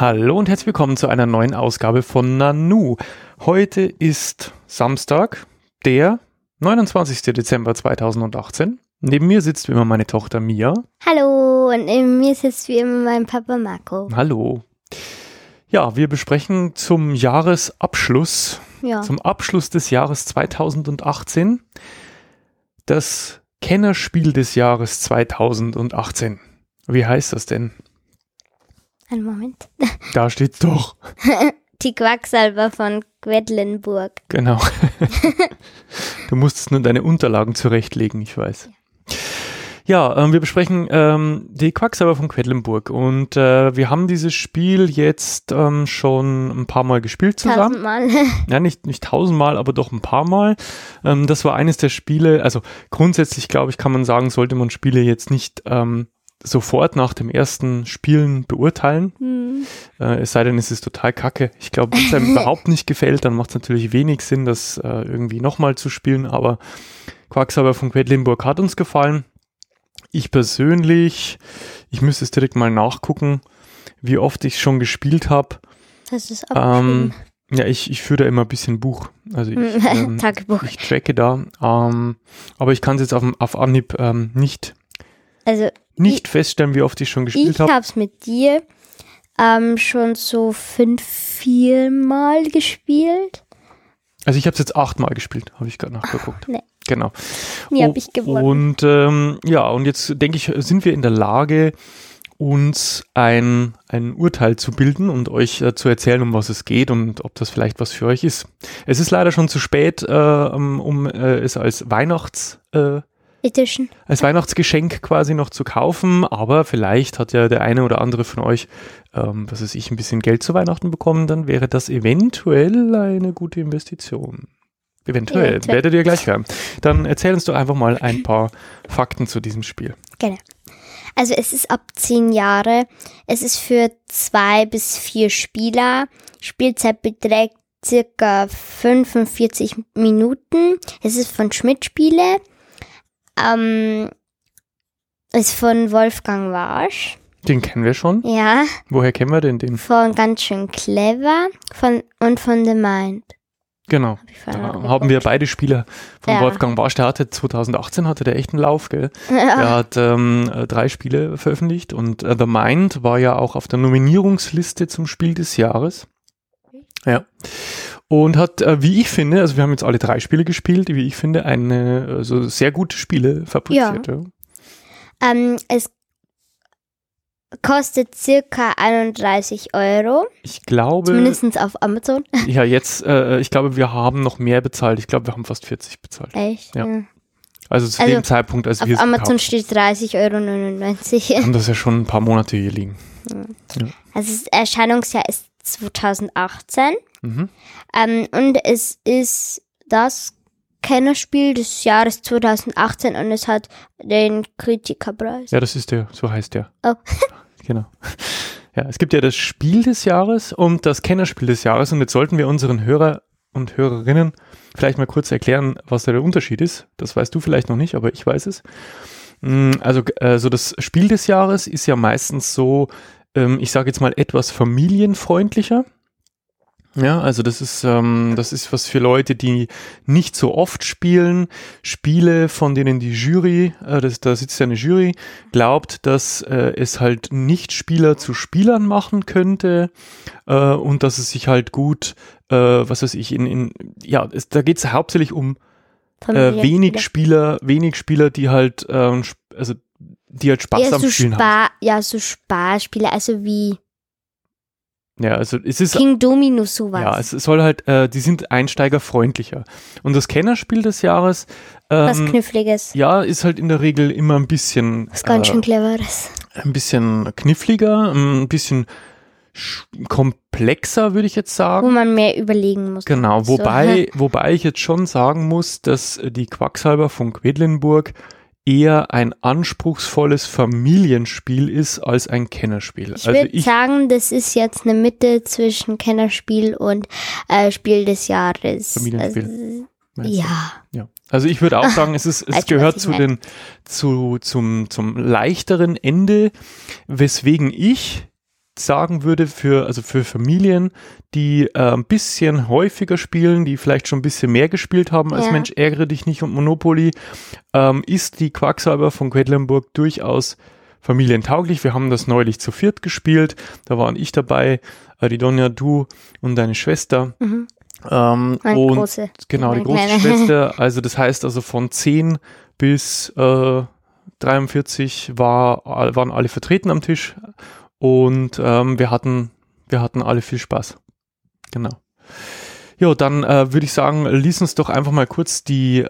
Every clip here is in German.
Hallo und herzlich willkommen zu einer neuen Ausgabe von Nanu. Heute ist Samstag, der 29. Dezember 2018. Neben mir sitzt wie immer meine Tochter Mia. Hallo, und neben mir sitzt wie immer mein Papa Marco. Hallo. Ja, wir besprechen zum Jahresabschluss, zum Abschluss des Jahres 2018, das Kennerspiel des Jahres 2018. Wie heißt das denn? Einen Moment. Da steht's doch. Die Quacksalber von Quedlinburg. Genau. Du musstest nur deine Unterlagen zurechtlegen, ich weiß. Ja, wir besprechen die Quacksalber von Quedlinburg und wir haben dieses Spiel jetzt schon ein paar Mal gespielt zusammen. 1000-mal. Ja, nicht 1000-mal, aber doch ein paar Mal. Das war eines der Spiele, also grundsätzlich glaube ich, kann man sagen, sollte man Spiele jetzt nicht sofort nach dem ersten Spielen beurteilen. Es sei denn, es ist total kacke. Ich glaube, wenn es einem überhaupt nicht gefällt, dann macht es natürlich wenig Sinn, das irgendwie nochmal zu spielen. Aber Quacksalber von Quedlinburg hat uns gefallen. Ich persönlich, ich müsste es direkt mal nachgucken, wie oft ich es schon gespielt habe. Das ist abgeschrieben. Ja, ich führe da immer ein bisschen Buch. Also Tagebuch. Ich tracke da. Aber ich kann es jetzt auf Anhieb nicht feststellen, wie oft ich schon gespielt habe. Ich habe es mit dir schon so 4 Mal gespielt. Also ich habe es jetzt 8 Mal gespielt, habe ich gerade nachgeguckt. Nee. Genau. Nie habe ich gewonnen. Und und jetzt denke ich, sind wir in der Lage, uns ein Urteil zu bilden und euch zu erzählen, um was es geht und ob das vielleicht was für euch ist. Es ist leider schon zu spät, um es als Weihnachtsgeschenk quasi noch zu kaufen, aber vielleicht hat ja der eine oder andere von euch, ein bisschen Geld zu Weihnachten bekommen, dann wäre das eventuell eine gute Investition. Eventuell. Werdet ihr gleich hören. Dann erzähl uns doch einfach mal ein paar Fakten zu diesem Spiel. Genau. Also es ist ab 10 Jahre, es ist für 2 bis 4 Spieler, Spielzeit beträgt circa 45 Minuten, es ist von Schmidt Spiele. Ist von Wolfgang Warsch. Den kennen wir schon. Ja. Woher kennen wir denn den? Von Ganz schön clever und von The Mind. Genau. Da haben wir beide Spiele von Wolfgang Warsch. Der hatte 2018 der echt einen Lauf, gell? Ja. Er hat 3 Spiele veröffentlicht und The Mind war ja auch auf der Nominierungsliste zum Spiel des Jahres. Ja. Und hat, wie ich finde, also wir haben jetzt alle 3 Spiele gespielt, wie ich finde, sehr gute Spiele fabriziert. Ja. Es kostet circa 31 €. Ich glaube. Zumindest auf Amazon. Ja, jetzt, ich glaube, wir haben noch mehr bezahlt. Ich glaube, wir haben fast 40 bezahlt. Echt? Ja. Also zu dem Zeitpunkt, als wir es auf Amazon steht 30,99 €. Haben das ja schon ein paar Monate hier liegen. Ja. Also das Erscheinungsjahr ist 2018. Und es ist das Kennerspiel des Jahres 2018 und es hat den Kritikerpreis. Ja, das ist so heißt der. Oh. Genau. Ja, es gibt ja das Spiel des Jahres und das Kennerspiel des Jahres und jetzt sollten wir unseren Hörer und Hörerinnen vielleicht mal kurz erklären, was da der Unterschied ist. Das weißt du vielleicht noch nicht, aber ich weiß es. Also so das Spiel des Jahres ist ja meistens so, ich sage jetzt mal etwas familienfreundlicher. Ja, also das ist was für Leute, die nicht so oft spielen. Spiele, von denen die Jury, da sitzt ja eine Jury, glaubt, dass es halt Nicht-Spieler zu Spielern machen könnte und dass es sich halt gut, da geht es hauptsächlich um wenig Spieler, die halt, die halt Spaß am Spielen haben. Ja, so Sparspiele, also wie ja, also es ist King Domino sowas. Ja, es soll halt, die sind einsteigerfreundlicher. Und das Kennerspiel des Jahres was Kniffliges. Ja, ist halt in der Regel immer ein bisschen was ganz schön Cleveres. Ein bisschen kniffliger, ein bisschen komplexer, würde ich jetzt sagen. Wo man mehr überlegen muss. Genau, wobei ich jetzt schon sagen muss, dass die Quacksalber von Quedlinburg eher ein anspruchsvolles Familienspiel ist als ein Kennerspiel. Ich würde sagen, das ist jetzt eine Mitte zwischen Kennerspiel und Spiel des Jahres. Familienspiel. Ja. Also ich würde auch sagen, es gehört zum leichteren Ende, weswegen ich sagen würde, für Familien, die ein bisschen häufiger spielen, die vielleicht schon ein bisschen mehr gespielt haben als Mensch, ärgere dich nicht und Monopoly, ist die Quacksalber von Quedlinburg durchaus familientauglich. Wir haben das neulich zu viert gespielt. Da waren ich dabei, die Donja, du und deine Schwester. Mhm. Und große. Genau, die große Schwester. Also das heißt also von 10 bis 43 waren alle vertreten am Tisch und wir hatten alle viel Spaß. Genau. Ja, dann würde ich sagen, lies uns doch einfach mal kurz die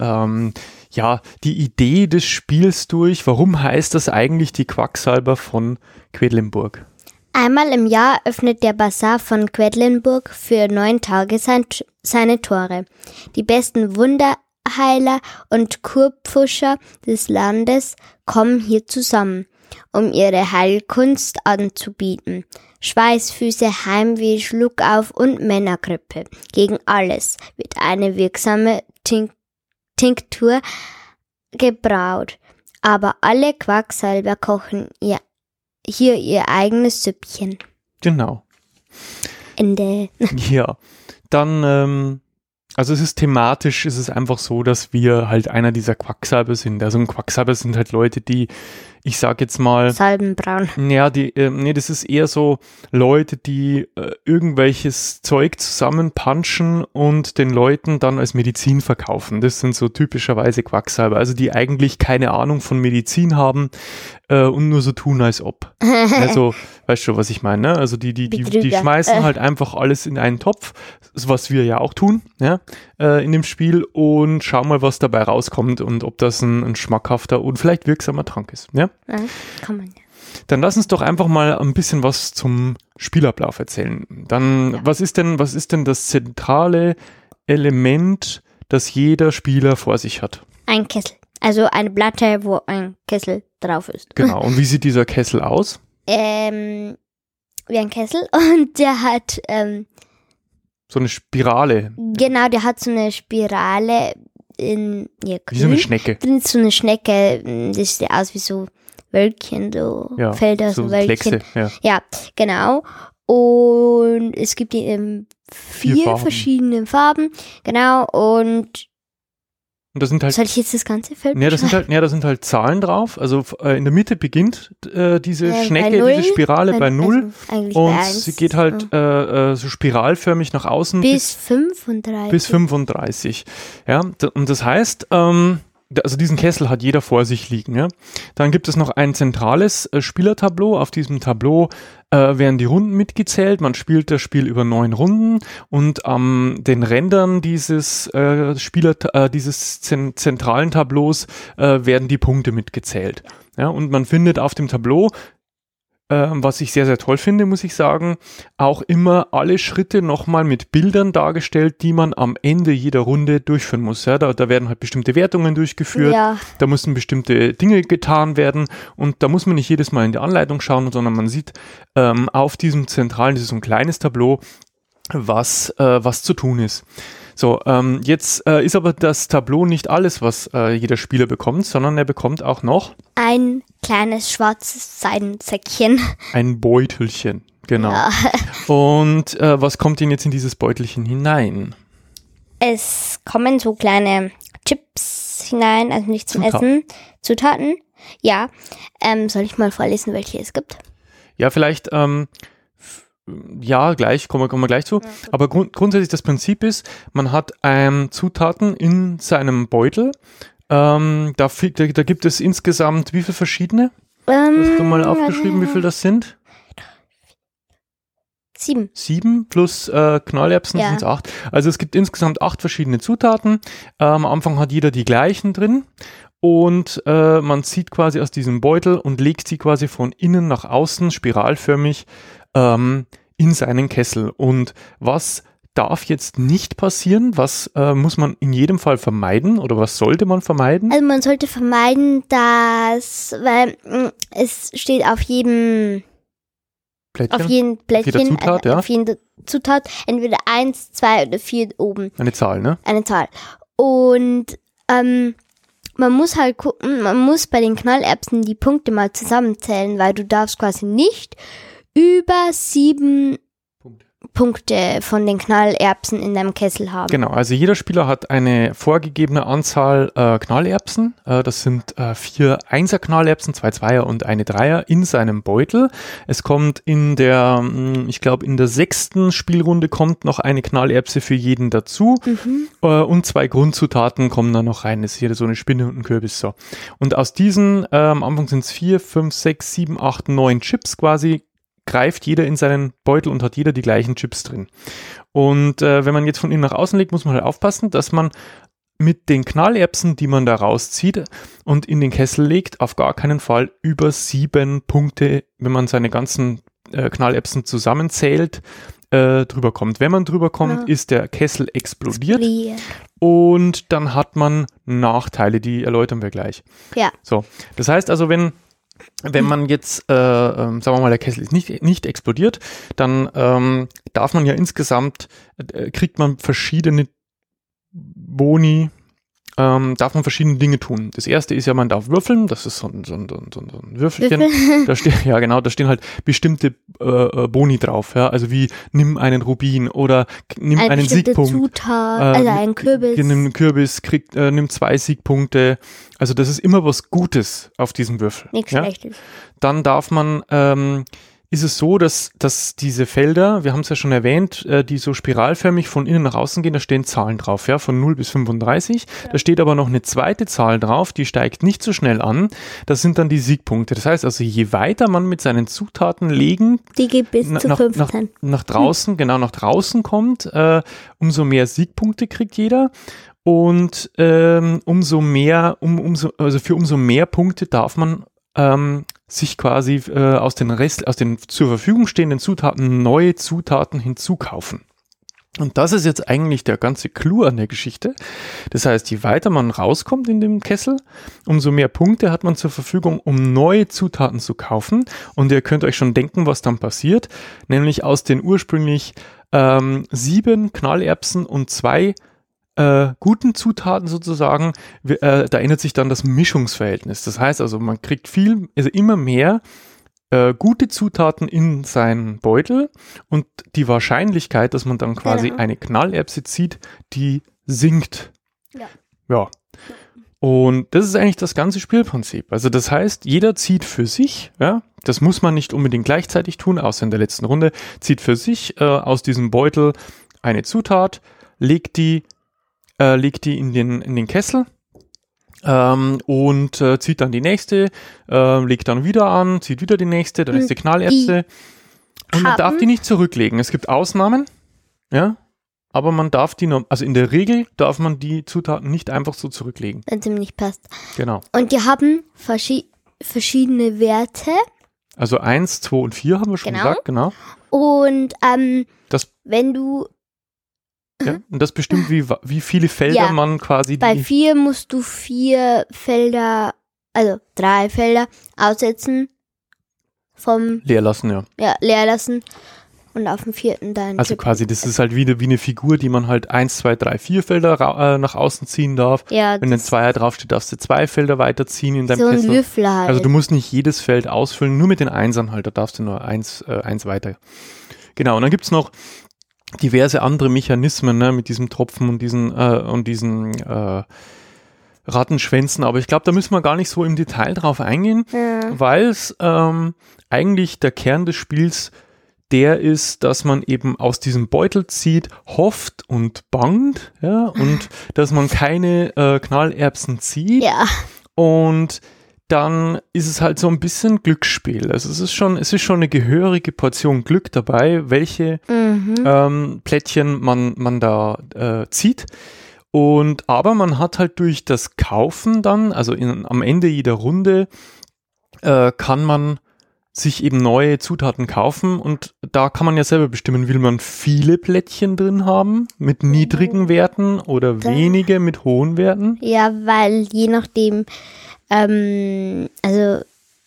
Idee des Spiels durch. Warum heißt das eigentlich die Quacksalber von Quedlinburg? Einmal im Jahr öffnet der Basar von Quedlinburg für 9 Tage seine Tore. Die besten Wunderheiler und Kurpfuscher des Landes kommen hier zusammen, um ihre Heilkunst anzubieten. Schweißfüße, Heimweh, Schluckauf und Männergrippe. Gegen alles wird eine wirksame Tinktur gebraut. Aber alle Quacksalber kochen hier ihr eigenes Süppchen. Genau. Ende. Ja, dann, also es ist thematisch, ist es einfach so, dass wir halt einer dieser Quacksalber sind. Also ein Quacksalber sind halt Leute, die, ich sag jetzt mal... Salbenbraun. Ja, das ist eher so Leute, die irgendwelches Zeug zusammenpanschen und den Leuten dann als Medizin verkaufen. Das sind so typischerweise Quacksalber. Also die eigentlich keine Ahnung von Medizin haben und nur so tun, als ob. Also, weißt du, was ich meine, ne? Also die schmeißen halt einfach alles in einen Topf, was wir ja auch tun, ja, in dem Spiel und schauen mal, was dabei rauskommt und ob das ein schmackhafter und vielleicht wirksamer Trank ist, ja? Ja, kann man ja. Dann lass uns doch einfach mal ein bisschen was zum Spielablauf erzählen. Dann, was ist denn das zentrale Element, das jeder Spieler vor sich hat? Ein Kessel. Also eine Platte, wo ein Kessel drauf ist. Genau. Und wie sieht dieser Kessel aus? Wie ein Kessel und der hat so eine Spirale. Genau, der hat so eine Spirale in grün. Wie so eine Schnecke. Drin ist so eine Schnecke, das sieht aus wie so Wölkchen, so Felder, so Wölkchen. Kleckse, ja, genau. Und es gibt die in 4 verschiedenen Farben. Genau, und das sind halt, soll ich jetzt das ganze Feld beschreiben? Da sind halt Zahlen drauf. Also in der Mitte beginnt diese Schnecke, 0, diese Spirale bei 0 also und sie geht halt so spiralförmig nach außen bis 35. Bis 35. Ja, und das heißt, also diesen Kessel hat jeder vor sich liegen. Ja? Dann gibt es noch ein zentrales Spielertableau. Auf diesem Tableau werden die Runden mitgezählt. Man spielt das Spiel über 9 Runden und an den Rändern dieses zentralen Tableaus werden die Punkte mitgezählt. Ja? Und man findet auf dem Tableau, was ich sehr, sehr toll finde, muss ich sagen, auch immer alle Schritte nochmal mit Bildern dargestellt, die man am Ende jeder Runde durchführen muss. Ja, da werden halt bestimmte Wertungen durchgeführt, da müssen bestimmte Dinge getan werden und da muss man nicht jedes Mal in die Anleitung schauen, sondern man sieht auf diesem zentralen, das ist so ein kleines Tableau, was zu tun ist. So, jetzt ist aber das Tableau nicht alles, was jeder Spieler bekommt, sondern er bekommt auch noch ein kleines schwarzes Seidensäckchen. Ein Beutelchen, genau. Ja. Und was kommt denn jetzt in dieses Beutelchen hinein? Es kommen so kleine Chips hinein, also nicht zum Essen, Zutaten. Ja, soll ich mal vorlesen, welche es gibt? Ja, vielleicht... ja, gleich, kommen wir gleich zu. Ja, aber grundsätzlich das Prinzip ist, man hat Zutaten in seinem Beutel. Da gibt es insgesamt wie viele verschiedene? Hast du mal aufgeschrieben, wie viele das sind? 7. 7 plus Knallerbsen sind es 8. Also es gibt insgesamt 8 verschiedene Zutaten. Am Anfang hat jeder die gleichen drin. Und man zieht quasi aus diesem Beutel und legt sie quasi von innen nach außen spiralförmig in seinen Kessel. Und was darf jetzt nicht passieren? Was muss man in jedem Fall vermeiden oder was sollte man vermeiden? Also man sollte vermeiden, weil es steht auf jedem Plättchen, auf jeder Zutat, auf jeder Zutat entweder 1, 2 oder 4 oben. Eine Zahl, ne? Eine Zahl. Und man muss halt gucken, man muss bei den Knallerbsen die Punkte mal zusammenzählen, weil du darfst quasi nicht über 7 Punkte von den Knallerbsen in deinem Kessel haben. Genau, also jeder Spieler hat eine vorgegebene Anzahl Knallerbsen. Das sind 4 Einser-Knallerbsen, 2 Zweier und eine Dreier in seinem Beutel. Es kommt in der, ich glaube in der 6. Spielrunde kommt noch eine Knallerbse für jeden dazu. Und 2 Grundzutaten kommen dann noch rein. Das ist hier so eine Spinne und ein Kürbis. So. Und aus diesen, am Anfang sind es 4, 5, 6, 7, 8, 9 Chips quasi, greift jeder in seinen Beutel und hat jeder die gleichen Chips drin. Und wenn man jetzt von innen nach außen legt, muss man halt aufpassen, dass man mit den Knallerbsen, die man da rauszieht und in den Kessel legt, auf gar keinen Fall über 7 Punkte, wenn man seine ganzen Knallerbsen zusammenzählt, drüber kommt. Wenn man drüber kommt, ist der Kessel explodiert und dann hat man Nachteile, die erläutern wir gleich. Ja. So, das heißt also, wenn man jetzt, sagen wir mal, der Kessel ist nicht explodiert, dann darf man ja insgesamt, kriegt man verschiedene Boni, darf man verschiedene Dinge tun. Das erste ist ja, man darf würfeln, das ist so ein Würfelchen. Da steht, ja genau, da stehen halt bestimmte Boni drauf, ja, also wie nimm einen Rubin oder nimm einen Siegpunkt. Zutat, also einen Kürbis. Nimm einen Kürbis, nimm 2 Siegpunkte. Also das ist immer was Gutes auf diesem Würfel. Nichts Schlechtes. Dann darf man, ist es so, dass diese Felder, wir haben es ja schon erwähnt, die so spiralförmig von innen nach außen gehen, da stehen Zahlen drauf, ja, von 0 bis 35. Ja. Da steht aber noch eine zweite Zahl drauf, die steigt nicht so schnell an. Das sind dann die Siegpunkte. Das heißt also, je weiter man mit seinen Zutaten legen, die geht bis zu 15. Nach draußen, genau, nach draußen kommt, umso mehr Siegpunkte kriegt jeder. Und umso mehr Punkte darf man sich quasi aus den zur Verfügung stehenden Zutaten neue Zutaten hinzukaufen. Und das ist jetzt eigentlich der ganze Clou an der Geschichte. Das heißt, je weiter man rauskommt in dem Kessel, umso mehr Punkte hat man zur Verfügung, um neue Zutaten zu kaufen. Und ihr könnt euch schon denken, was dann passiert. Nämlich aus den ursprünglich 7 Knallerbsen und 2 guten Zutaten sozusagen, da ändert sich dann das Mischungsverhältnis. Das heißt also, man kriegt immer mehr gute Zutaten in seinen Beutel und die Wahrscheinlichkeit, dass man dann quasi eine Knallerbse zieht, die sinkt. Ja. Und das ist eigentlich das ganze Spielprinzip. Also das heißt, jeder zieht für sich, ja, das muss man nicht unbedingt gleichzeitig tun, außer in der letzten Runde, zieht für sich aus diesem Beutel eine Zutat, legt die in den Kessel und zieht dann die nächste, legt dann wieder an, zieht wieder die nächste, dann ist die Knallerbse. Und man darf die nicht zurücklegen. Es gibt Ausnahmen, ja, aber man darf also in der Regel darf man die Zutaten nicht einfach so zurücklegen. Wenn es ihm nicht passt. Genau. Und die haben verschiedene Werte. Also 1, 2 und 4 haben wir schon gesagt, genau. Und wenn du ja, und das bestimmt, wie viele Felder man quasi... Bei 4 musst du 4 Felder, also 3 Felder aussetzen leer lassen, ja. Ja, leer lassen und auf dem 4. dann... Also quasi, das ist halt wie eine Figur, die man halt 1, 2, 3, 4 Felder nach außen ziehen darf. Ja, wenn ein Zweier draufsteht, darfst du 2 Felder weiterziehen in deinem Kessel. So ein Würfel halt. Also du musst nicht jedes Feld ausfüllen, nur mit den Einsern halt, da darfst du nur eins weiter. Genau, und dann gibt's noch diverse andere Mechanismen, ne, mit diesem Tropfen und diesen Rattenschwänzen, aber ich glaube, da müssen wir gar nicht so im Detail drauf eingehen, weil es eigentlich der Kern des Spiels der ist, dass man eben aus diesem Beutel zieht, hofft und bangt, ja, und dass man keine Knallerbsen zieht. Ja. Und dann ist es halt so ein bisschen Glücksspiel. Also es ist schon eine gehörige Portion Glück dabei, welche Plättchen man da zieht. Aber man hat halt durch das Kaufen dann, also am Ende jeder Runde, kann man sich eben neue Zutaten kaufen und da kann man ja selber bestimmen, will man viele Plättchen drin haben mit niedrigen Werten oder wenige mit hohen Werten? Ja, weil je nachdem, also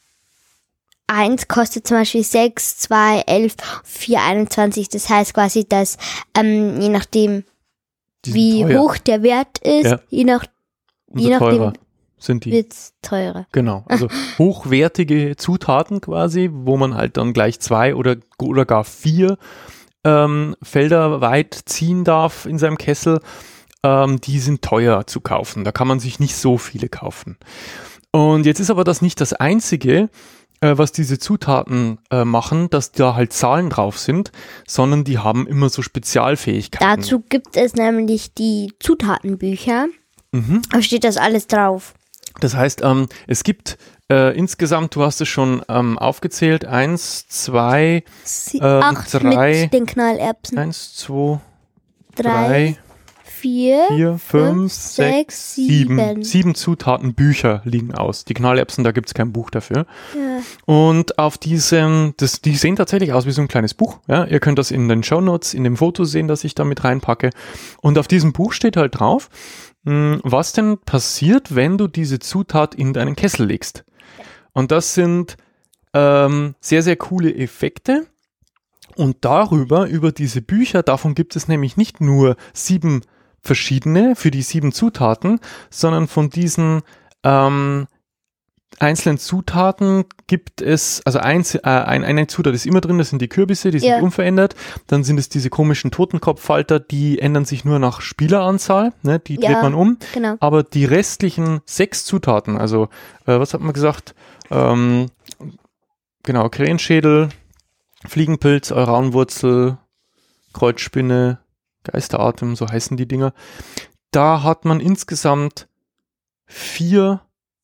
1 kostet zum Beispiel 6, 2, 11, 4, 21. Das heißt quasi, dass je nachdem, wie hoch der Wert ist, je nachdem, sind die. Wird's teurer. Genau, also hochwertige Zutaten quasi, wo man halt dann gleich 2 oder gar 4 Felder weit ziehen darf in seinem Kessel. Die sind teuer zu kaufen. Da kann man sich nicht so viele kaufen. Und jetzt ist aber das nicht das Einzige, was diese Zutaten machen, dass da halt Zahlen drauf sind, sondern die haben immer so Spezialfähigkeiten. Dazu gibt es nämlich die Zutatenbücher. Da steht das alles drauf. Das heißt, es gibt insgesamt, du hast es schon aufgezählt, 1, 2, 8 3, mit den Knallerbsen. 1, 2, 3, 4, 5, 6, 7. 7 Zutatenbücher liegen aus. Die Knallerbsen, da gibt es kein Buch dafür. Ja. Und auf diesem, die sehen tatsächlich aus wie so ein kleines Buch. Ja? Ihr könnt das in den Shownotes, in dem Foto sehen, das ich da mit reinpacke. Und auf diesem Buch steht halt drauf, was denn passiert, wenn du diese Zutat in deinen Kessel legst. Und das sind sehr, sehr coole Effekte. Und über diese Bücher, davon gibt es nämlich nicht nur 7 verschiedene für die 7 Zutaten, sondern von diesen einzelnen Zutaten gibt es, also eine Zutat ist immer drin, das sind die Kürbisse, die sind unverändert. Dann sind es diese komischen Totenkopffalter, die ändern sich nur nach Spieleranzahl, ne? Die dreht man um. Genau. Aber die restlichen 6 Zutaten, also was hat man gesagt? Genau, Krähenschädel, Fliegenpilz, Euranwurzel, Kreuzspinne, Geisteratem, so heißen die Dinger. Da hat man insgesamt 4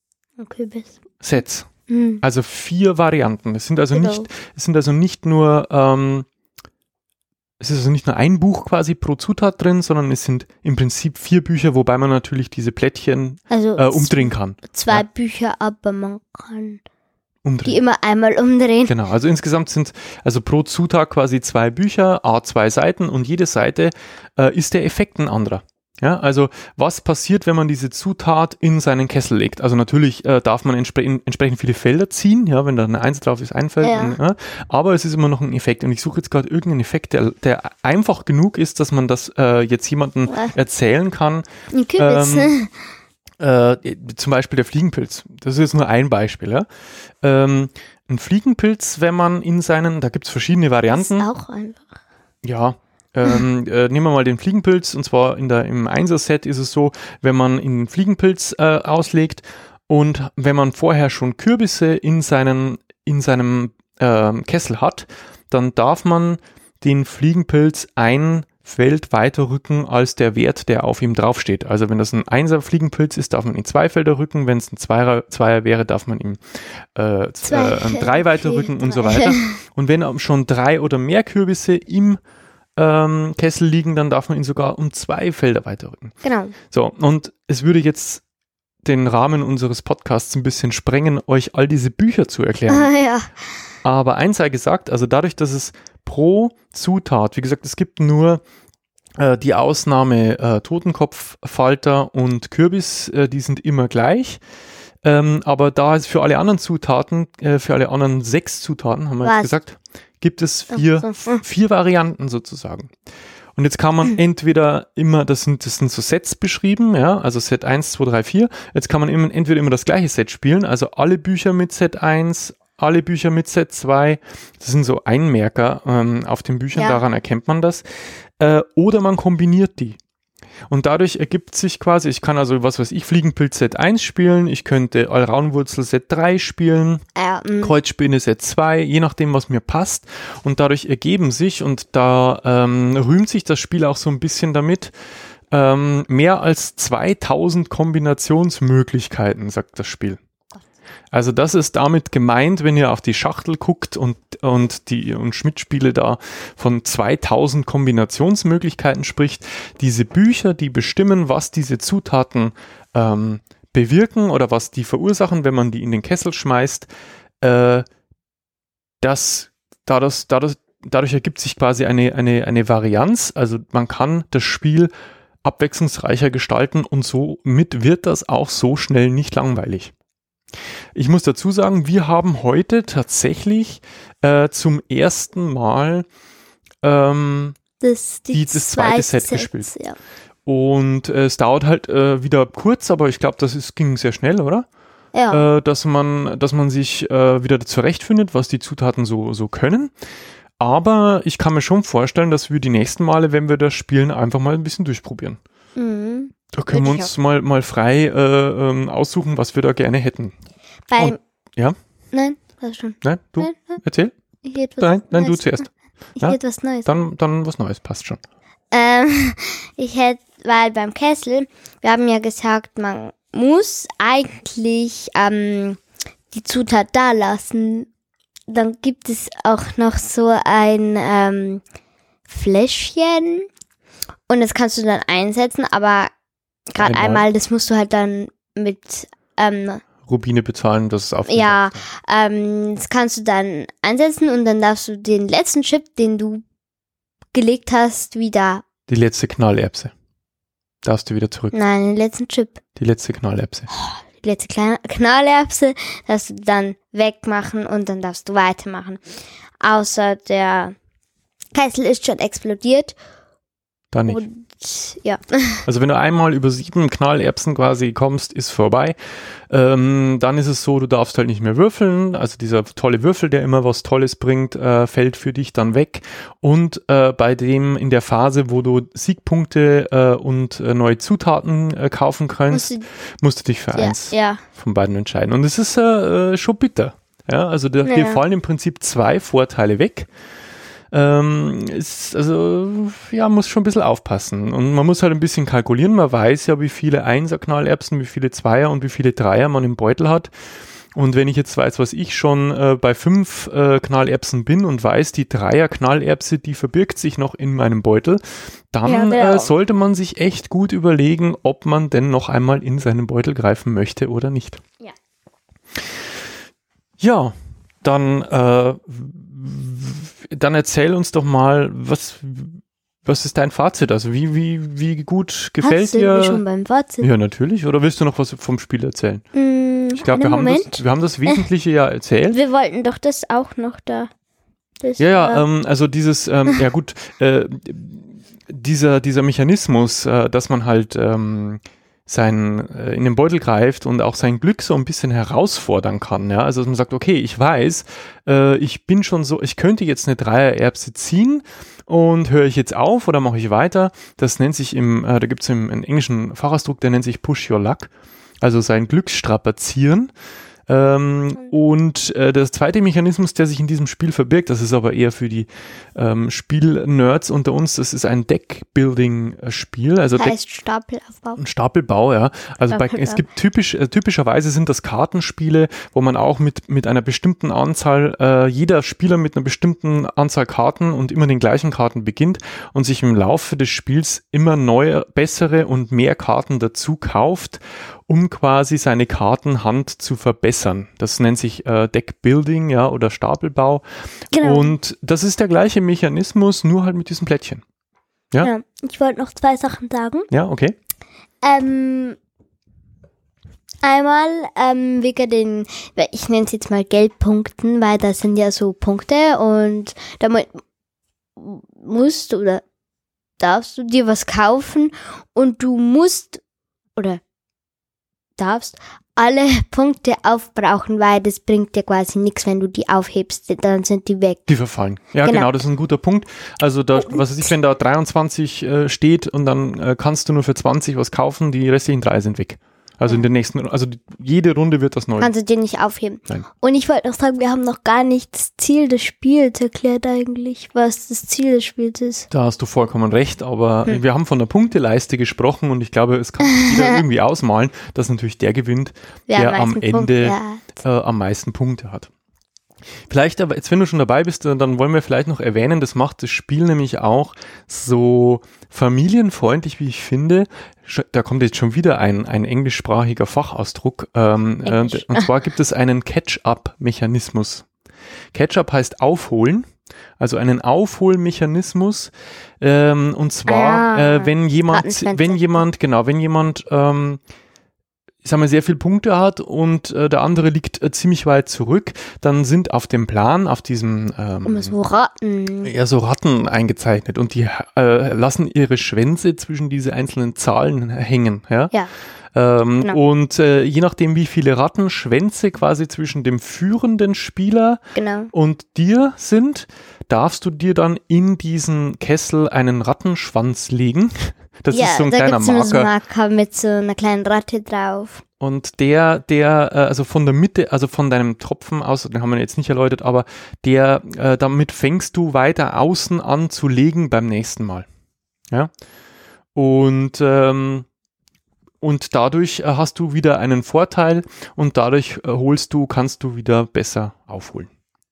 Sets. Also 4 Varianten. Es sind also nicht nur ein Buch quasi pro Zutat drin, sondern es sind im Prinzip 4 Bücher, wobei man natürlich diese Plättchen umdrehen kann. 2 Bücher, aber man kann umdrehen. Die immer einmal umdrehen. Genau, also insgesamt sind also pro Zutat quasi 2 Bücher, 2 Seiten und jede Seite ist der Effekt ein anderer. Ja, also was passiert, wenn man diese Zutat in seinen Kessel legt? Also natürlich darf man entsprechend viele Felder ziehen, ja, wenn da eine 1 drauf ist, ein Feld. Ja. Aber es ist immer noch ein Effekt und ich suche jetzt gerade irgendeinen Effekt, der einfach genug ist, dass man das jetzt jemandem erzählen kann. Ein Kürbis. Zum Beispiel der Fliegenpilz. Das ist jetzt nur ein Beispiel. Ja? Ein Fliegenpilz, wenn man in seinen, da gibt es verschiedene Varianten. Das ist auch einfach. Ja. Nehmen wir mal den Fliegenpilz und zwar im 1er-Set ist es so, wenn man den Fliegenpilz auslegt und wenn man vorher schon Kürbisse in seinem Kessel hat, dann darf man den Fliegenpilz ein Feld weiter rücken als der Wert, der auf ihm draufsteht. Also wenn das ein 1er Fliegenpilz ist, darf man ihn 2 Felder rücken. Wenn es ein Zweier wäre, darf man ihm 3 weiter rücken und so weiter. Und wenn schon 3 oder mehr Kürbisse im Kessel liegen, dann darf man ihn sogar um 2 Felder weiterrücken. Genau. So, und es würde jetzt den Rahmen unseres Podcasts ein bisschen sprengen, euch all diese Bücher zu erklären. Ja. Aber eins sei gesagt, also dadurch, dass es pro Zutat, wie gesagt, es gibt nur die Ausnahme Totenkopffalter und Kürbis, die sind immer gleich. Aber da ist für alle anderen Zutaten, für alle anderen 6 Zutaten, haben wir jetzt gesagt, gibt es 4 Varianten sozusagen. Und jetzt kann man entweder immer, das sind so Sets beschrieben, ja, also Set 1, 2, 3, 4. Jetzt kann man entweder immer das gleiche Set spielen, also alle Bücher mit Set 1, alle Bücher mit Set 2. Das sind so Einmerker auf den Büchern, daran erkennt man das. Oder man kombiniert die. Und dadurch ergibt sich quasi, ich kann also, Fliegenpilz Set 1 spielen, ich könnte Euranwurzel Set 3 spielen, Kreuzspinne Set 2, je nachdem, was mir passt. Und dadurch ergeben sich, und da rühmt sich das Spiel auch so ein bisschen damit, mehr als 2000 Kombinationsmöglichkeiten, sagt das Spiel. Also das ist damit gemeint, wenn ihr auf die Schachtel guckt und Schmidt-Spiele da von 2000 Kombinationsmöglichkeiten spricht. Diese Bücher, die bestimmen, was diese Zutaten bewirken oder was die verursachen, wenn man die in den Kessel schmeißt. Dadurch ergibt sich quasi eine Varianz. Also man kann das Spiel abwechslungsreicher gestalten und somit wird das auch so schnell nicht langweilig. Ich muss dazu sagen, wir haben heute tatsächlich zum ersten Mal das zweite Set gespielt. Ja. Und es dauert halt wieder kurz, aber ich glaube, ging sehr schnell, oder? Ja. Dass man sich wieder zurechtfindet, was die Zutaten so können. Aber ich kann mir schon vorstellen, dass wir die nächsten Male, wenn wir das spielen, einfach mal ein bisschen durchprobieren. Mhm. Da können wir uns mal frei aussuchen, was wir da gerne hätten. Ja? Nein, das schon. Nein, du? Nein. Erzähl. Nein, du zuerst. Ich hätte was Neues. Dann was Neues, passt schon. Weil beim Kessel, wir haben ja gesagt, man muss eigentlich die Zutat da lassen. Dann gibt es auch noch so ein Fläschchen und das kannst du dann einsetzen, aber gerade einmal, das musst du halt dann mit Rubine bezahlen, das ist auf. Ja, das kannst du dann einsetzen und dann darfst du den letzten Chip, den du gelegt hast, wieder. Die letzte Knallerbse. Darfst du wieder zurück. Nein, den letzten Chip. Die letzte Knallerbse. Die letzte Knallerbse darfst du dann wegmachen und dann darfst du weitermachen. Außer der Kessel ist schon explodiert. Da nicht. Und ja. Also wenn du einmal über 7 Knallerbsen quasi kommst, ist vorbei. Dann ist es so, du darfst halt nicht mehr würfeln. Also dieser tolle Würfel, der immer was Tolles bringt, fällt für dich dann weg. Und bei dem in der Phase, wo du Siegpunkte und neue Zutaten kaufen kannst, musst du dich für eins von beiden entscheiden. Und es ist schon bitter. Ja, also dir fallen im Prinzip 2 Vorteile weg. Muss schon ein bisschen aufpassen. Und man muss halt ein bisschen kalkulieren. Man weiß ja, wie viele 1er Knallerbsen, wie viele 2er und wie viele 3er man im Beutel hat. Und wenn ich jetzt weiß, was ich schon bei 5 Knallerbsen bin und weiß, die 3er Knallerbse, die verbirgt sich noch in meinem Beutel, dann sollte man sich echt gut überlegen, ob man denn noch einmal in seinen Beutel greifen möchte oder nicht. Ja. Ja, dann erzähl uns doch mal, was ist dein Fazit? Also wie gut gefällt dir? Sind wir schon beim Fazit? Ja, natürlich. Oder willst du noch was vom Spiel erzählen? Ich glaube, wir haben das Wesentliche ja erzählt. Wir wollten doch das auch noch da. Also dieses, dieser Mechanismus, dass man halt in den Beutel greift und auch sein Glück so ein bisschen herausfordern kann. Ja? Also dass man sagt, okay, ich weiß, ich bin schon so, ich könnte jetzt eine 3er-Erbse ziehen und höre ich jetzt auf oder mache ich weiter? Das nennt sich da gibt es im englischen Fachausdruck, der nennt sich Push Your Luck, also sein Glück strapazieren. Und der zweite Mechanismus, der sich in diesem Spiel verbirgt, das ist aber eher für die Spiel-Nerds unter uns, das ist ein Deck-Building-Spiel. Also das heißt Stapelaufbau. Stapelbau, ja. Also es gibt typischerweise sind das Kartenspiele, wo man auch mit einer bestimmten Anzahl, jeder Spieler mit einer bestimmten Anzahl Karten und immer den gleichen Karten beginnt und sich im Laufe des Spiels immer neue, bessere und mehr Karten dazu kauft, um quasi seine Kartenhand zu verbessern. Das nennt sich Deckbuilding, ja, oder Stapelbau. Genau. Und das ist der gleiche Mechanismus, nur halt mit diesem Plättchen. Ja? Ja, ich wollte noch 2 Sachen sagen. Ja, okay. Einmal wegen den, ich nenne es jetzt mal Geldpunkten, weil das sind ja so Punkte und damit musst oder darfst du dir was kaufen und du musst oder darfst alle Punkte aufbrauchen, weil das bringt dir quasi nichts, wenn du die aufhebst, dann sind die weg. Die verfallen. Ja, genau, das ist ein guter Punkt. Also was weiß ich, wenn da 23 steht und dann kannst du nur für 20 was kaufen, die restlichen 3 sind weg. Also in der nächsten, jede Runde wird das neu. Kannst du dir nicht aufheben. Nein. Und ich wollte noch sagen, wir haben noch gar nicht das Ziel des Spiels erklärt eigentlich, was das Ziel des Spiels ist. Da hast du vollkommen recht, aber wir haben von der Punkteleiste gesprochen und ich glaube, es kann sich jeder irgendwie ausmalen, dass natürlich der gewinnt, der am Ende am meisten Punkte hat. Vielleicht aber, jetzt wenn du schon dabei bist, dann wollen wir vielleicht noch erwähnen, das macht das Spiel nämlich auch so familienfreundlich, wie ich finde. Da kommt jetzt schon wieder ein englischsprachiger Fachausdruck. Und zwar gibt es einen Catch-up-Mechanismus. Catch-up heißt aufholen, also einen Aufholmechanismus. Und zwar, wenn jemand ich sag mal, sehr viel Punkte hat und der andere liegt ziemlich weit zurück, dann sind auf dem Plan, auf diesem so Ratten. Ja, so Ratten eingezeichnet und die lassen ihre Schwänze zwischen diese einzelnen Zahlen hängen. Ja. Genau. Und je nachdem, wie viele Rattenschwänze quasi zwischen dem führenden Spieler und dir sind, darfst du dir dann in diesen Kessel einen Rattenschwanz legen. Das ist so ein kleiner Marker. Ja, da gibt es so einen Marker mit so einer kleinen Ratte drauf. Und also von der Mitte, also von deinem Tropfen aus, den haben wir jetzt nicht erläutert, aber damit fängst du weiter außen an zu legen beim nächsten Mal. Ja. Und dadurch hast du wieder einen Vorteil und dadurch kannst du wieder besser aufholen.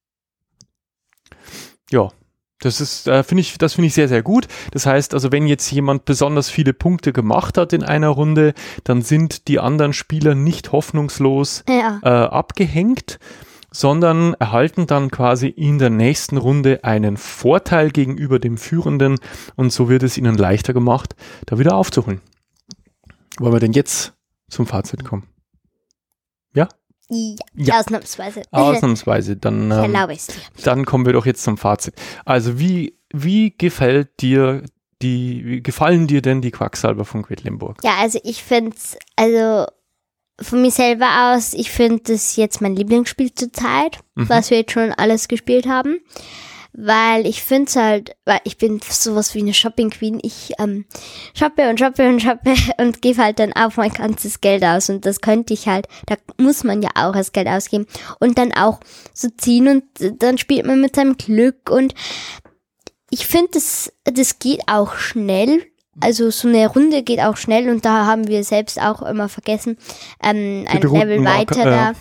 Ja. Das finde ich sehr, sehr gut. Das heißt, also wenn jetzt jemand besonders viele Punkte gemacht hat in einer Runde, dann sind die anderen Spieler nicht hoffnungslos abgehängt, sondern erhalten dann quasi in der nächsten Runde einen Vorteil gegenüber dem Führenden und so wird es ihnen leichter gemacht, da wieder aufzuholen. Wollen wir denn jetzt zum Fazit kommen? Ja? Ja, ausnahmsweise. Ausnahmsweise, dann kommen wir doch jetzt zum Fazit. Also wie gefallen dir denn die Quacksalber von Quedlinburg? Ja, also ich finde es, von mir selber aus, ich finde das jetzt mein Lieblingsspiel zur Zeit, was wir jetzt schon alles gespielt haben. Weil ich finde es halt, weil ich bin sowas wie eine Shopping Queen. Ich shoppe und gebe halt dann auch mein ganzes Geld aus. Und das könnte ich halt, da muss man ja auch das Geld ausgeben. Und dann auch so ziehen und dann spielt man mit seinem Glück. Und ich finde, das geht auch schnell. Also so eine Runde geht auch schnell und da haben wir selbst auch immer vergessen, ein Level weiter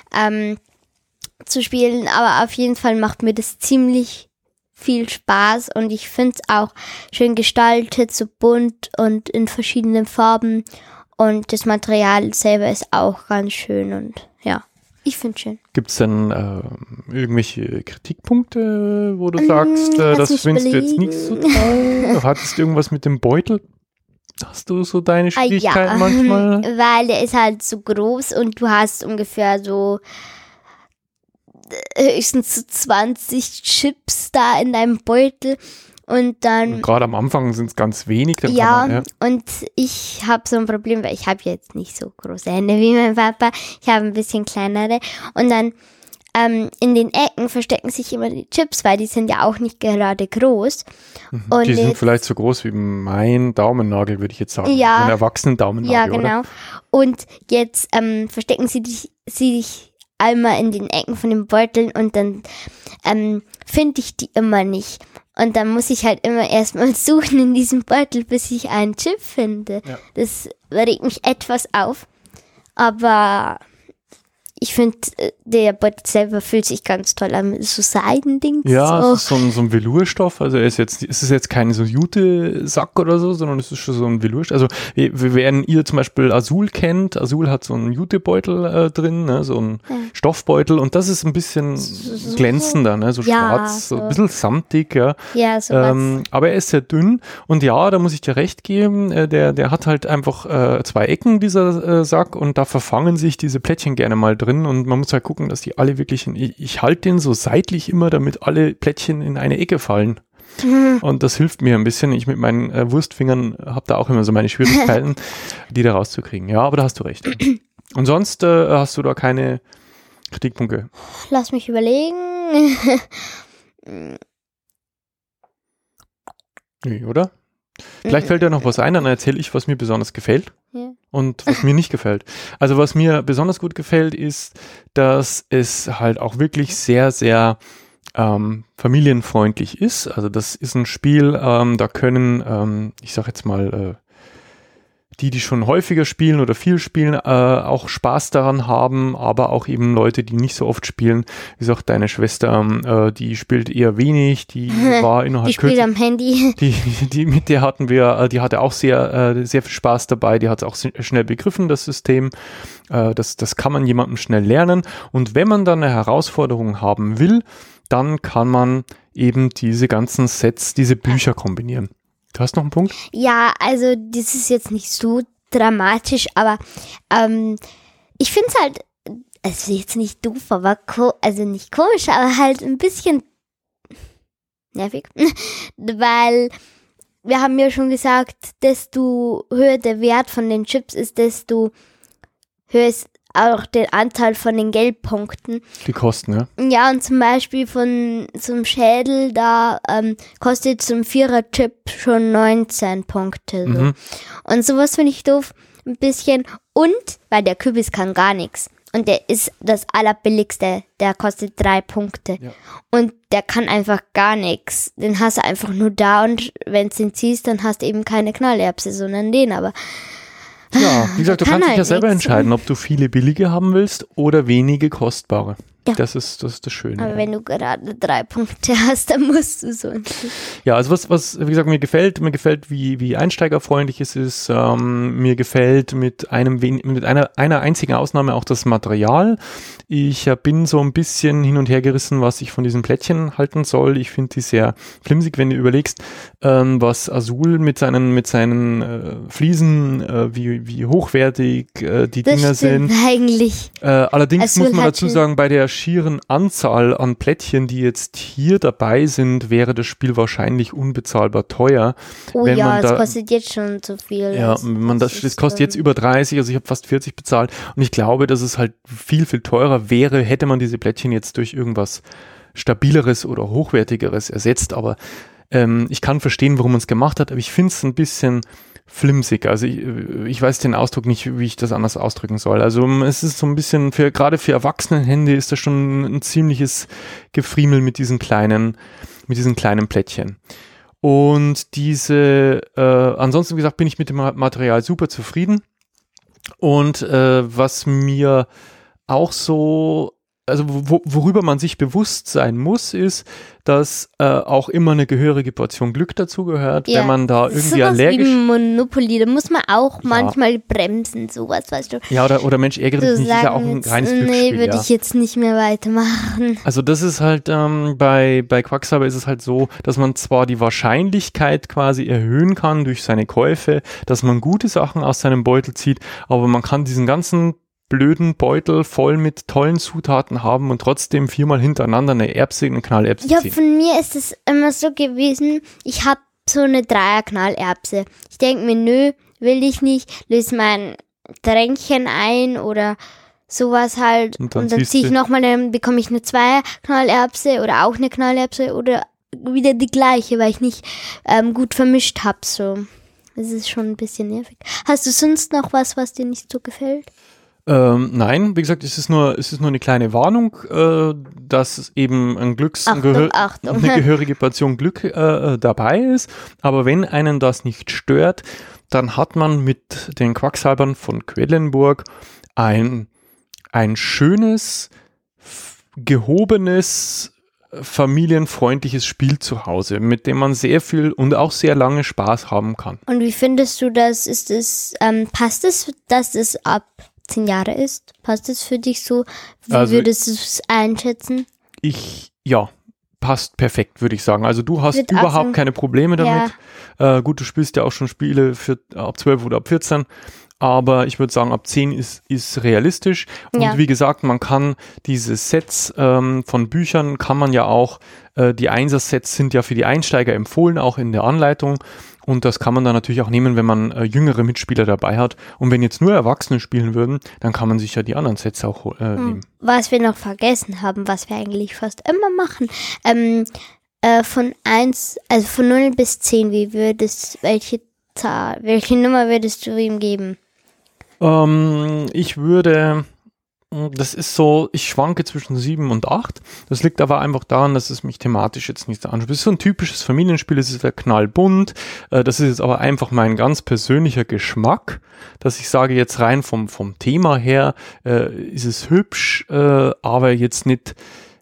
zu spielen, aber auf jeden Fall macht mir das ziemlich viel Spaß und ich finde es auch schön gestaltet, so bunt und in verschiedenen Farben und das Material selber ist auch ganz schön und ja, ich finde es schön. Gibt es denn irgendwelche Kritikpunkte, wo du sagst, das findest du jetzt nicht so toll? Hattest du irgendwas mit dem Beutel? Hast du so deine Schwierigkeiten manchmal? Weil der ist halt so groß und du hast ungefähr so höchstens so 20 Chips da in deinem Beutel und dann... Gerade am Anfang sind es ganz wenig. Und ich habe so ein Problem, weil ich habe jetzt nicht so große Hände wie mein Papa. Ich habe ein bisschen kleinere und dann in den Ecken verstecken sich immer die Chips, weil die sind ja auch nicht gerade groß. Und die sind vielleicht so groß wie mein Daumennagel, würde ich jetzt sagen. Ja. Ein erwachsenen Daumennagel, ja, genau. Oder? Und jetzt verstecken sie sich einmal in den Ecken von den Beuteln und dann finde ich die immer nicht. Und dann muss ich halt immer erstmal suchen in diesem Beutel, bis ich einen Chip finde. Ja. Das regt mich etwas auf. Aber ich finde, der Beutel selber fühlt sich ganz toll an, mit so Seidendings. Ja, es ist so ein Velourstoff, also es ist jetzt kein so Jute-Sack oder so, sondern es ist schon so ein Velourstoff. Also wenn ihr zum Beispiel Azul kennt, Azul hat so einen Jute-Beutel drin, ne, so einen Stoffbeutel und das ist ein bisschen glänzender, ne, so schwarz, so ein bisschen samtig, ja. Ja, sowas. Aber er ist sehr dünn und ja, da muss ich dir recht geben, der hat halt einfach 2 Ecken, dieser Sack, und da verfangen sich diese Plättchen gerne mal drin. Und man muss halt gucken, dass die alle wirklich, ich halte den so seitlich immer, damit alle Plättchen in eine Ecke fallen. Und das hilft mir ein bisschen. Ich mit meinen Wurstfingern habe da auch immer so meine Schwierigkeiten, die da rauszukriegen. Ja, aber da hast du recht. Und sonst hast du da keine Kritikpunkte? Lass mich überlegen. Nee, oder? Vielleicht fällt dir noch was ein, dann erzähle ich, was mir besonders gefällt. Ja. Und was mir nicht gefällt. Also was mir besonders gut gefällt, ist, dass es halt auch wirklich sehr, sehr familienfreundlich ist. Also das ist ein Spiel, da können, ich sag jetzt mal, die schon häufiger spielen oder viel spielen, auch Spaß daran haben, aber auch eben Leute, die nicht so oft spielen. Wie gesagt, deine Schwester, die spielt eher wenig, die war innerhalb die spielt am Handy. Mit der hatten wir, die hatte auch sehr viel Spaß dabei, die hat es auch schnell begriffen, das System. Das kann man jemandem schnell lernen. Und wenn man dann eine Herausforderung haben will, dann kann man eben diese ganzen Sets, diese Bücher kombinieren. Du hast noch einen Punkt? Ja, also das ist jetzt nicht so dramatisch, aber ich finde es halt, also jetzt nicht doof, aber also nicht komisch, aber halt ein bisschen nervig, weil wir haben ja schon gesagt, desto höher der Wert von den Chips ist, desto höher ist auch der Anteil von den Geldpunkten. Die Kosten, ja? Ja, und zum Beispiel von so einem Schädel, da kostet so ein 4er-Chip schon 19 Punkte. So. Mhm. Und sowas finde ich doof, ein bisschen. Und, weil der Kürbis kann gar nichts. Und der ist das allerbilligste, der kostet 3 Punkte. Ja. Und der kann einfach gar nichts. Den hast du einfach nur da und wenn du ihn ziehst, dann hast du eben keine Knallerbse, sondern den, aber ja, wie gesagt, du kannst dich ja selber entscheiden, ob du viele billige haben willst oder wenige kostbare. Ja. Das ist das Schöne. Aber wenn du gerade 3 Punkte hast, dann musst du so. Ja, also was wie gesagt, mir gefällt, wie einsteigerfreundlich es ist. Mir gefällt mit einer einzigen Ausnahme auch das Material. Ich bin so ein bisschen hin und her gerissen, was ich von diesen Plättchen halten soll. Ich finde die sehr flimsig, wenn du überlegst, was Azul mit seinen Fliesen, wie hochwertig die Dinger sind. Eigentlich. Allerdings muss man dazu sagen, bei der schieren Anzahl an Plättchen, die jetzt hier dabei sind, wäre das Spiel wahrscheinlich unbezahlbar teuer. Oh ja, es kostet jetzt schon zu viel. Ja, das kostet jetzt über 30, also ich habe fast 40 bezahlt und ich glaube, dass es halt viel, viel teurer wäre, hätte man diese Plättchen jetzt durch irgendwas Stabileres oder Hochwertigeres ersetzt, aber ich kann verstehen, warum man es gemacht hat, aber ich finde es ein bisschen flimsig, also ich weiß den Ausdruck nicht, wie ich das anders ausdrücken soll. Also es ist so ein bisschen, gerade für Erwachsenenhände ist das schon ein ziemliches Gefriemel mit diesen kleinen Plättchen. Und ansonsten, wie gesagt, bin ich mit dem Material super zufrieden. Und was mir auch so, also worüber man sich bewusst sein muss, ist, dass auch immer eine gehörige Portion Glück dazugehört, wenn man da irgendwie allergisch... Wie Monopoly, da muss man auch manchmal bremsen, sowas, weißt du. Ja, oder Mensch, ärgere dich nicht, ist ja auch ein reines Glücksspiel. Nee, würde ich jetzt nicht mehr weitermachen. Also das ist halt, bei Quacksalber ist es halt so, dass man zwar die Wahrscheinlichkeit quasi erhöhen kann durch seine Käufe, dass man gute Sachen aus seinem Beutel zieht, aber man kann diesen ganzen blöden Beutel voll mit tollen Zutaten haben und trotzdem 4-mal hintereinander eine Knallerbse ziehen. Ja, von mir ist es immer so gewesen, ich habe so eine 3er-Knallerbse. Ich denke mir, nö, will ich nicht, löse mein Tränkchen ein oder sowas halt und dann ziehe ich nochmal, dann bekomme ich eine 2er-Knallerbse oder auch eine Knallerbse oder wieder die gleiche, weil ich nicht gut vermischt habe. So. Das ist schon ein bisschen nervig. Hast du sonst noch was dir nicht so gefällt? Nein, wie gesagt, es ist nur eine kleine Warnung, dass eben eine gehörige Portion Glück dabei ist. Aber wenn einen das nicht stört, dann hat man mit den Quacksalbern von Quellenburg ein schönes, gehobenes, familienfreundliches Spiel zu Hause, mit dem man sehr viel und auch sehr lange Spaß haben kann. Und wie findest du das? Passt es, dass es ab 10 Jahre ist? Passt es für dich so? Wie würdest du es einschätzen? Ja, passt perfekt, würde ich sagen. Also du hast überhaupt keine Probleme damit. Ja. Gut, du spielst ja auch schon Spiele für ab 12 oder ab 14. Aber ich würde sagen, ab 10 ist realistisch. Und wie gesagt, man kann diese Sets von Büchern, kann man ja auch, die Einser-Sets sind ja für die Einsteiger empfohlen, auch in der Anleitung. Und das kann man dann natürlich auch nehmen, wenn man jüngere Mitspieler dabei hat. Und wenn jetzt nur Erwachsene spielen würden, dann kann man sich ja die anderen Sets auch nehmen. Was wir noch vergessen haben, was wir eigentlich fast immer machen, von 0 bis 10, welche Nummer würdest du ihm geben? Ich würde, das ist so, ich schwanke zwischen 7 und 8. Das liegt aber einfach daran, dass es mich thematisch jetzt nicht so anspricht. Es ist so ein typisches Familienspiel, es ist ja knallbunt. Das ist jetzt aber einfach mein ganz persönlicher Geschmack, dass ich sage, jetzt rein vom Thema her ist es hübsch, aber jetzt nicht,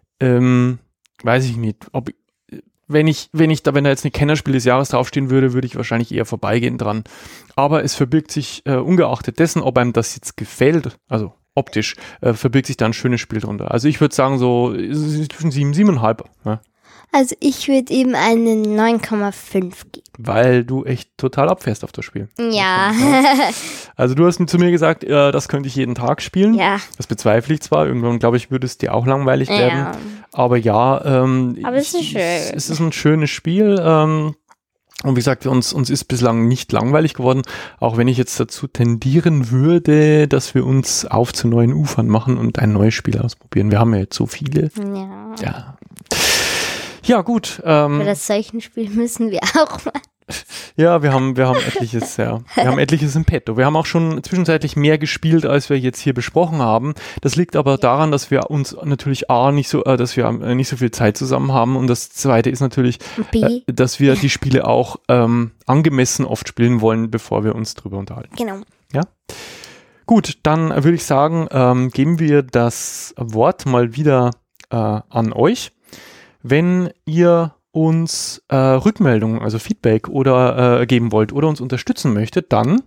weiß ich nicht, ob wenn da jetzt ein Kennerspiel des Jahres draufstehen würde, würde ich wahrscheinlich eher vorbeigehen dran. Aber es verbirgt sich, ungeachtet dessen, ob einem das jetzt gefällt, also optisch, verbirgt sich da ein schönes Spiel drunter. Also ich würde sagen, so zwischen 7,5. Ja. Also ich würde ihm eine 9,5 geben. weil du echt total abfährst auf das Spiel. Ja. Also du hast zu mir gesagt, das könnte ich jeden Tag spielen. Ja. Das bezweifle ich zwar. Irgendwann, glaube ich, würde es dir auch langweilig werden. Ja. Aber ja, Aber es ist schön. Es ist ein schönes Spiel. Und wie gesagt, uns ist bislang nicht langweilig geworden, auch wenn ich jetzt dazu tendieren würde, dass wir uns auf zu neuen Ufern machen und ein neues Spiel ausprobieren. Wir haben ja jetzt so viele. Ja. Ja, gut. Für das solchen Spiel müssen wir auch mal. Ja, wir haben etliches, ja. Wir haben etliches im Petto. Wir haben auch schon zwischenzeitlich mehr gespielt, als wir jetzt hier besprochen haben. Das liegt aber daran, dass wir uns natürlich dass wir nicht so viel Zeit zusammen haben. Und das Zweite ist natürlich, dass wir die Spiele auch angemessen oft spielen wollen, bevor wir uns drüber unterhalten. Genau. Ja. Gut, dann würde ich sagen, geben wir das Wort mal wieder an euch. Wenn ihr uns Rückmeldungen, also Feedback oder geben wollt oder uns unterstützen möchtet, dann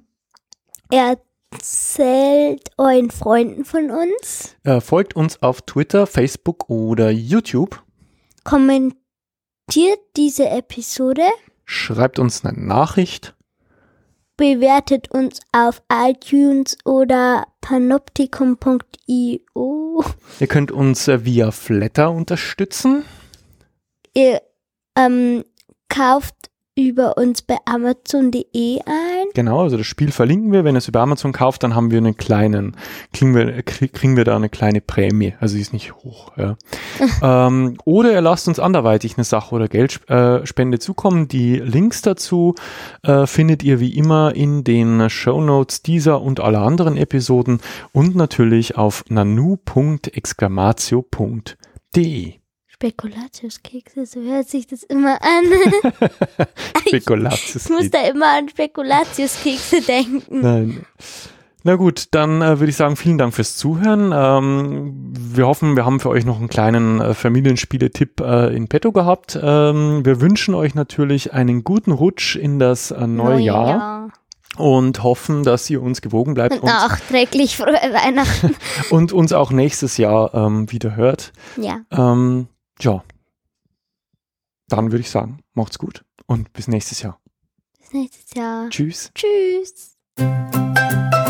erzählt euren Freunden von uns. Folgt uns auf Twitter, Facebook oder YouTube. Kommentiert diese Episode. Schreibt uns eine Nachricht. Bewertet uns auf iTunes oder panoptikum.io. Ihr könnt uns via Flatter unterstützen. Ihr kauft über uns bei Amazon.de ein. Genau, also das Spiel verlinken wir. Wenn ihr es über Amazon kauft, dann haben wir kriegen wir da eine kleine Prämie. Also die ist nicht hoch. Ja. Oder ihr lasst uns anderweitig eine Sache oder Geldspende zukommen. Die Links dazu findet ihr wie immer in den Shownotes dieser und aller anderen Episoden und natürlich auf nanu.exclamatio.de. Spekulatiuskekse, so hört sich das immer an. Spekulatiuskekse. Ich muss da immer an Spekulatiuskekse denken. Nein. Na gut, dann würde ich sagen, vielen Dank fürs Zuhören. Wir hoffen, wir haben für euch noch einen kleinen Familienspiele-Tipp in petto gehabt. Wir wünschen euch natürlich einen guten Rutsch in das neue Jahr. Und hoffen, dass ihr uns gewogen bleibt. Und nachträglich frohe Weihnachten. Und uns auch nächstes Jahr wieder hört. Ja. Ja, dann würde ich sagen, macht's gut und bis nächstes Jahr. Bis nächstes Jahr. Tschüss. Tschüss.